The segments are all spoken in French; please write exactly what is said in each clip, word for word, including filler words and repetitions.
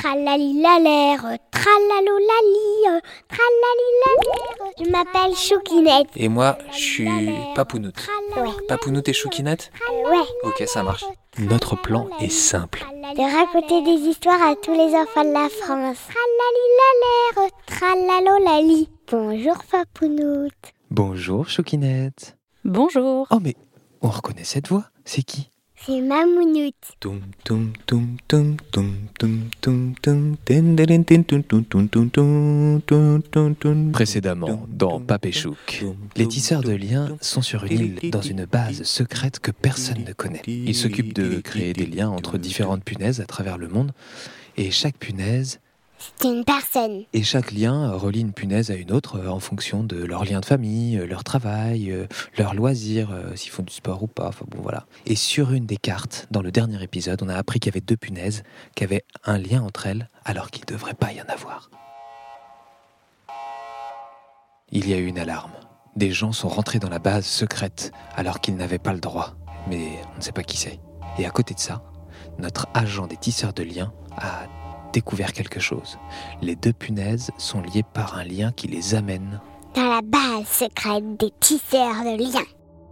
Tralalilalère, tralalolali, tralalilalère. Je m'appelle Choukinette. Et moi, je suis Papounoute. Ouais. Papounoute et Choukinette ? Euh, ouais. Ok, ça marche. Notre plan est simple. De raconter des histoires à tous les enfants de la France. Tralalilalère, tralalolali. Bonjour Papounoute. Bonjour Choukinette. Bonjour. Oh mais, on reconnaît cette voix. C'est qui ? C'est Mamounoute. Toum toum toum toum toum toum toum toum ten ten ten toum toum toum toum toum toum toum toum. Précédemment, dans Papéchouk, les tisseurs de liens sont sur une île dans une base secrète que personne ne connaît. Ils s'occupent de créer des liens entre différentes punaises à travers le monde, et chaque punaise C'est une personne. Et chaque lien relie une punaise à une autre euh, en fonction de leur lien de famille, euh, leur travail, euh, leurs loisirs, euh, s'ils font du sport ou pas, enfin bon voilà. Et sur une des cartes, dans le dernier épisode, on a appris qu'il y avait deux punaises qui avaient un lien entre elles alors qu'il ne devrait pas y en avoir. Il y a eu une alarme. Des gens sont rentrés dans la base secrète alors qu'ils n'avaient pas le droit, mais on ne sait pas qui c'est. Et à côté de ça, notre agent des tisseurs de liens a découvert quelque chose. Les deux punaises sont liées par un lien qui les amène Dans la base secrète des tisseurs de liens.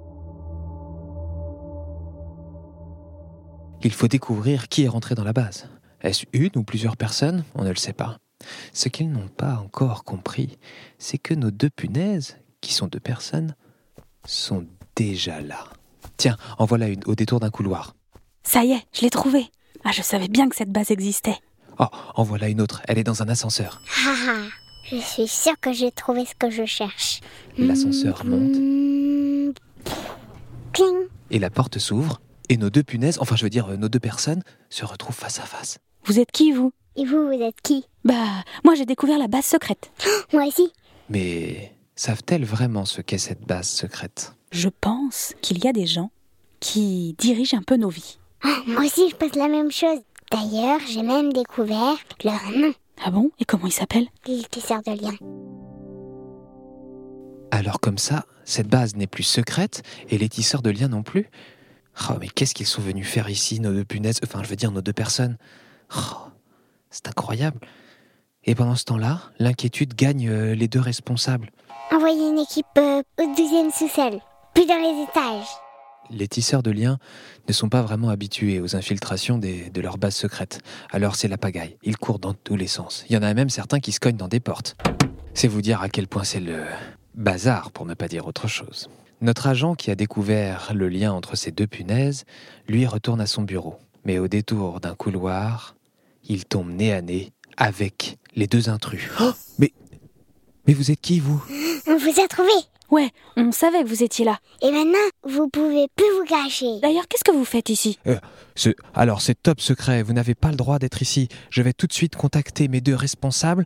Il faut découvrir qui est rentré dans la base. Est-ce une ou plusieurs personnes ? On ne le sait pas. Ce qu'ils n'ont pas encore compris, c'est que nos deux punaises, qui sont deux personnes, sont déjà là. Tiens, en voilà une au détour d'un couloir. Ça y est, je l'ai trouvée. Ah, je savais bien que cette base existait. Oh, en voilà une autre, elle est dans un ascenseur. Ah ah, je suis sûre que j'ai trouvé ce que je cherche. L'ascenseur monte Mmh. Cling. et la porte s'ouvre, et nos deux punaises, enfin je veux dire nos deux personnes, se retrouvent face à face. Vous êtes qui, vous ? Et vous, vous êtes qui? Bah, moi j'ai découvert la base secrète. Moi aussi. Mais savent-elles vraiment ce qu'est cette base secrète ? Je pense qu'il y a des gens qui dirigent un peu nos vies. Ah, moi aussi, je pense la même chose. D'ailleurs, j'ai même découvert leur nom. Ah bon ? Et comment ils s'appellent ? Les tisseurs de liens. Alors comme ça, cette base n'est plus secrète, et les tisseurs de liens non plus. Oh, mais qu'est-ce qu'ils sont venus faire ici, nos deux punaises, enfin je veux dire nos deux personnes. Oh, c'est incroyable. Et pendant ce temps-là, l'inquiétude gagne euh, les deux responsables. Envoyez une équipe euh, au deuxième sous-sol, puis dans les étages. Les tisseurs de liens ne sont pas vraiment habitués aux infiltrations des, de leur base secrète. Alors c'est la pagaille. Ils courent dans tous les sens. Il y en a même certains qui se cognent dans des portes. C'est vous dire à quel point c'est le bazar, pour ne pas dire autre chose. Notre agent qui a découvert le lien entre ces deux punaises, lui retourne à son bureau. Mais au détour d'un couloir, il tombe nez à nez avec les deux intrus. Oh, mais, mais vous êtes qui, vous ? On vous a trouvé. Ouais, on savait que vous étiez là. Et maintenant, vous pouvez plus vous cacher. D'ailleurs, qu'est-ce que vous faites ici ? Euh, ce, alors, c'est top secret, vous n'avez pas le droit d'être ici. Je vais tout de suite contacter mes deux responsables.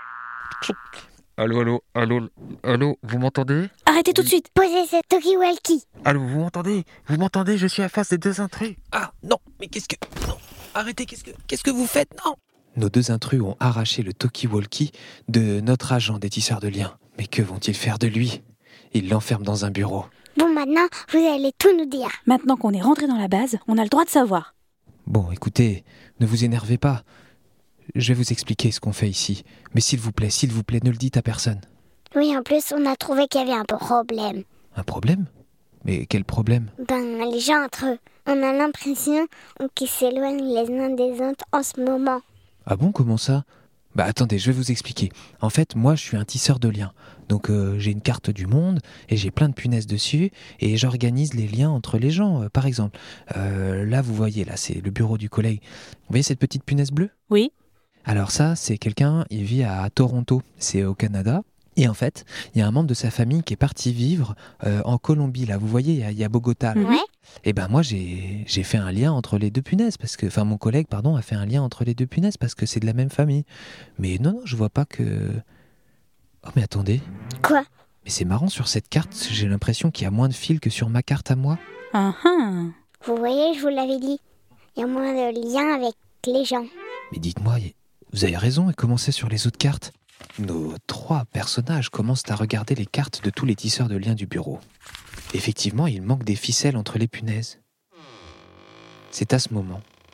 Allô, allô, allô, allô, vous m'entendez ? Arrêtez tout de suite ! Posez ce talkie-walkie. Allô, vous m'entendez ? Vous m'entendez ? Je suis à face des deux intrus. Ah, non, mais qu'est-ce que... Non, arrêtez, qu'est-ce que, qu'est-ce que vous faites ? Non ! Nos deux intrus ont arraché le talkie-walkie de notre agent des tisseurs de liens. Mais que vont-ils faire de lui ? Ils l'enferment dans un bureau. Bon, maintenant, vous allez tout nous dire. Maintenant qu'on est rentré dans la base, on a le droit de savoir. Bon, écoutez, ne vous énervez pas. Je vais vous expliquer ce qu'on fait ici. Mais s'il vous plaît, s'il vous plaît, ne le dites à personne. Oui, en plus, on a trouvé qu'il y avait un problème. Un problème ? Mais quel problème ? Ben, les gens entre eux, on a l'impression qu'ils s'éloignent les uns des autres en ce moment. Ah bon, comment ça ? Bah attendez, je vais vous expliquer. En fait, moi, je suis un tisseur de liens. Donc euh, j'ai une carte du monde et j'ai plein de punaises dessus et j'organise les liens entre les gens. Euh, par exemple, euh, là, vous voyez, là, c'est le bureau du collègue. Vous voyez cette petite punaise bleue ? Oui ? Alors ça, c'est quelqu'un, il vit à Toronto, c'est au Canada. Et en fait, il y a un membre de sa famille qui est parti vivre euh, en Colombie. Là, vous voyez, il y a, il y a Bogota. Là. Mhm. Ouais. Et ben moi, j'ai, j'ai fait un lien entre les deux punaises. Parce que, enfin, mon collègue, pardon, a fait un lien entre les deux punaises parce que c'est de la même famille. Mais non, non, je vois pas que... Oh, mais attendez. Quoi ? Mais c'est marrant, sur cette carte, j'ai l'impression qu'il y a moins de fils que sur ma carte à moi. Ah ah. Vous voyez, je vous l'avais dit. Il y a moins de liens avec les gens. Mais dites-moi, y- vous avez raison, et comment c'est sur les autres cartes ? Nos trois personnages commencent à regarder les cartes de tous les tisseurs de liens du bureau. Effectivement, il manque des ficelles entre les punaises. C'est à ce moment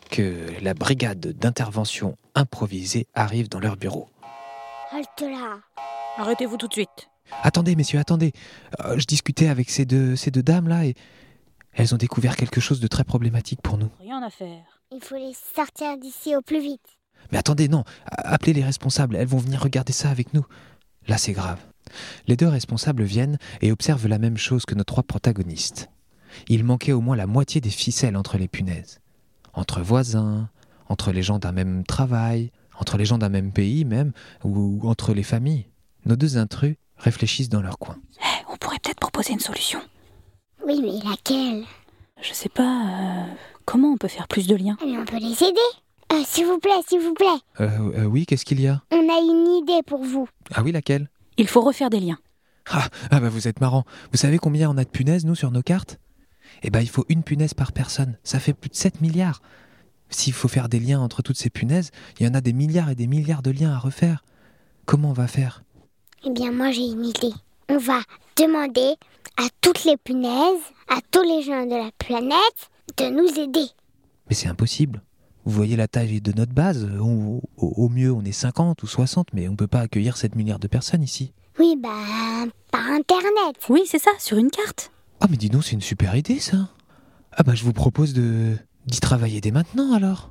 que la brigade d'intervention improvisée arrive dans leur bureau. Halte là. Arrêtez-vous tout de suite. Attendez, messieurs, attendez. Euh, je discutais avec ces deux, ces deux dames-là et elles ont découvert quelque chose de très problématique pour nous. Rien à faire. Il faut les sortir d'ici au plus vite. Mais attendez, non, appelez les responsables, elles vont venir regarder ça avec nous. Là, c'est grave. Les deux responsables viennent et observent la même chose que nos trois protagonistes. Il manquait au moins la moitié des ficelles entre les punaises. Entre voisins, entre les gens d'un même travail, entre les gens d'un même pays même, ou entre les familles. Nos deux intrus réfléchissent dans leur coin. Eh, on pourrait peut-être proposer une solution. Oui, mais laquelle? Je sais pas, euh, comment on peut faire plus de liens? Mais on peut les aider. Euh, s'il vous plaît, s'il vous plaît. Euh, euh oui, qu'est-ce qu'il y a? On a une idée pour vous. Ah oui, laquelle? Il faut refaire des liens. Ah, ah bah vous êtes marrant. Vous savez combien on a de punaises, nous, sur nos cartes? Eh ben, il faut une punaise par personne. Ça fait plus de sept milliards. S'il faut faire des liens entre toutes ces punaises, il y en a des milliards et des milliards de liens à refaire. Comment on va faire? Eh bien, moi, j'ai une idée. On va demander à toutes les punaises, à tous les gens de la planète, de nous aider. Mais c'est impossible. Vous voyez la taille de notre base. Au, au, au mieux, on est cinquante ou soixante, mais on ne peut pas accueillir sept milliards de personnes ici. Oui, bah, par Internet. Oui, c'est ça, sur une carte. Ah, mais dis donc, c'est une super idée, ça. Ah bah, je vous propose de d'y travailler dès maintenant, alors.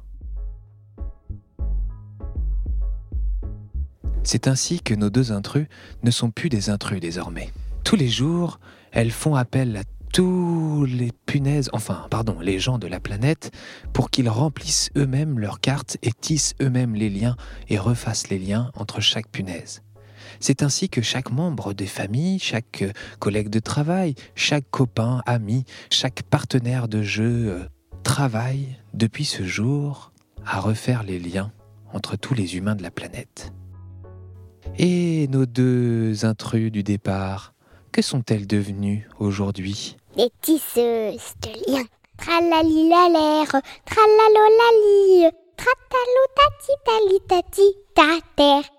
C'est ainsi que nos deux intrus ne sont plus des intrus désormais. Tous les jours, elles font appel à tous les punaises, enfin, pardon, les gens de la planète, pour qu'ils remplissent eux-mêmes leurs cartes et tissent eux-mêmes les liens et refassent les liens entre chaque punaise. C'est ainsi que chaque membre des familles, chaque collègue de travail, chaque copain, ami, chaque partenaire de jeu euh, travaille depuis ce jour à refaire les liens entre tous les humains de la planète. Et nos deux intrus du départ, que sont-elles devenues aujourd'hui? Des tisseuses de liens. Tralalilalère, tralalolali, tratalotati talitati, ta terre.